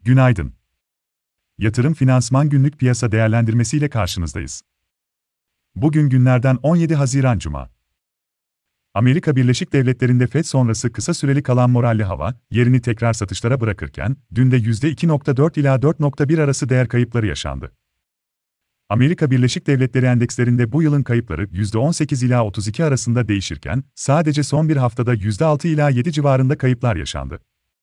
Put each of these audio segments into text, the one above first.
Günaydın. Yatırım Finansman Günlük Piyasa Değerlendirmesi ile karşınızdayız. Bugün günlerden 17 Haziran Cuma. Amerika Birleşik Devletleri'nde FED sonrası kısa süreli kalan moralli hava, yerini tekrar satışlara bırakırken, dün de %2.4 ila 4.1 arası değer kayıpları yaşandı. Amerika Birleşik Devletleri endekslerinde bu yılın kayıpları %18 ila 32 arasında değişirken, sadece son bir haftada %6 ila 7 civarında kayıplar yaşandı.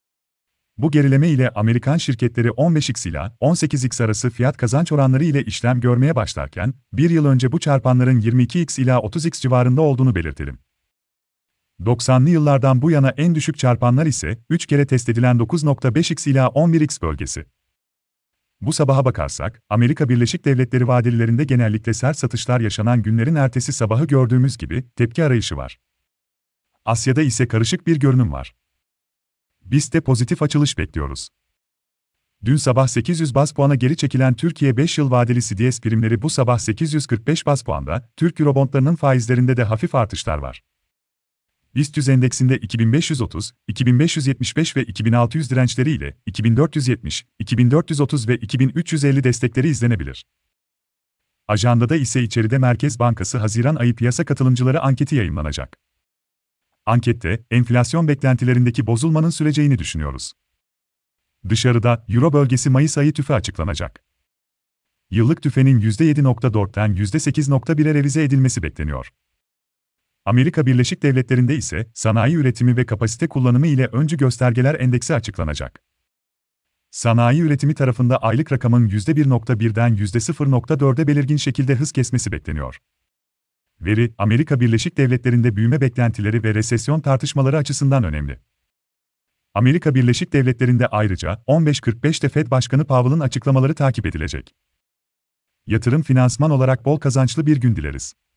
Bu gerileme ile Amerikan şirketleri 15x ila 18x arası fiyat kazanç oranları ile işlem görmeye başlarken, bir yıl önce bu çarpanların 22x ila 30x civarında olduğunu belirtelim. 90'lı yıllardan bu yana en düşük çarpanlar ise 3 kere test edilen 9.5x ila 11x bölgesi. Bu sabaha bakarsak, Amerika Birleşik Devletleri vadelilerinde genellikle sert satışlar yaşanan günlerin ertesi sabahı gördüğümüz gibi tepki arayışı var. Asya'da ise karışık bir görünüm var. Biz de pozitif açılış bekliyoruz. Dün sabah 800 baz puana geri çekilen Türkiye 5 yıl vadeli CDS primleri bu sabah 845 baz puanda, Türk Eurobondlarının faizlerinde de hafif artışlar var. BIST 100 endeksinde 2530, 2575 ve 2600 dirençleri ile 2470, 2430 ve 2350 destekleri izlenebilir. Ajandada ise içeride Merkez Bankası Haziran ayı piyasa katılımcıları anketi yayımlanacak. Ankette, enflasyon beklentilerindeki bozulmanın süreceğini düşünüyoruz. Dışarıda, Euro bölgesi Mayıs ayı tüfe açıklanacak. Yıllık tüfenin %7.4'ten %8.1'e revize edilmesi bekleniyor. Amerika Birleşik Devletleri'nde ise sanayi üretimi ve kapasite kullanımı ile öncü göstergeler endeksi açıklanacak. Sanayi üretimi tarafında aylık rakamın %1.1'den %0.4'e belirgin şekilde hız kesmesi bekleniyor. Veri, Amerika Birleşik Devletleri'nde büyüme beklentileri ve resesyon tartışmaları açısından önemli. Amerika Birleşik Devletleri'nde ayrıca 15.45'te Fed Başkanı Powell'ın açıklamaları takip edilecek. Yatırım finansman olarak bol kazançlı bir gün dileriz.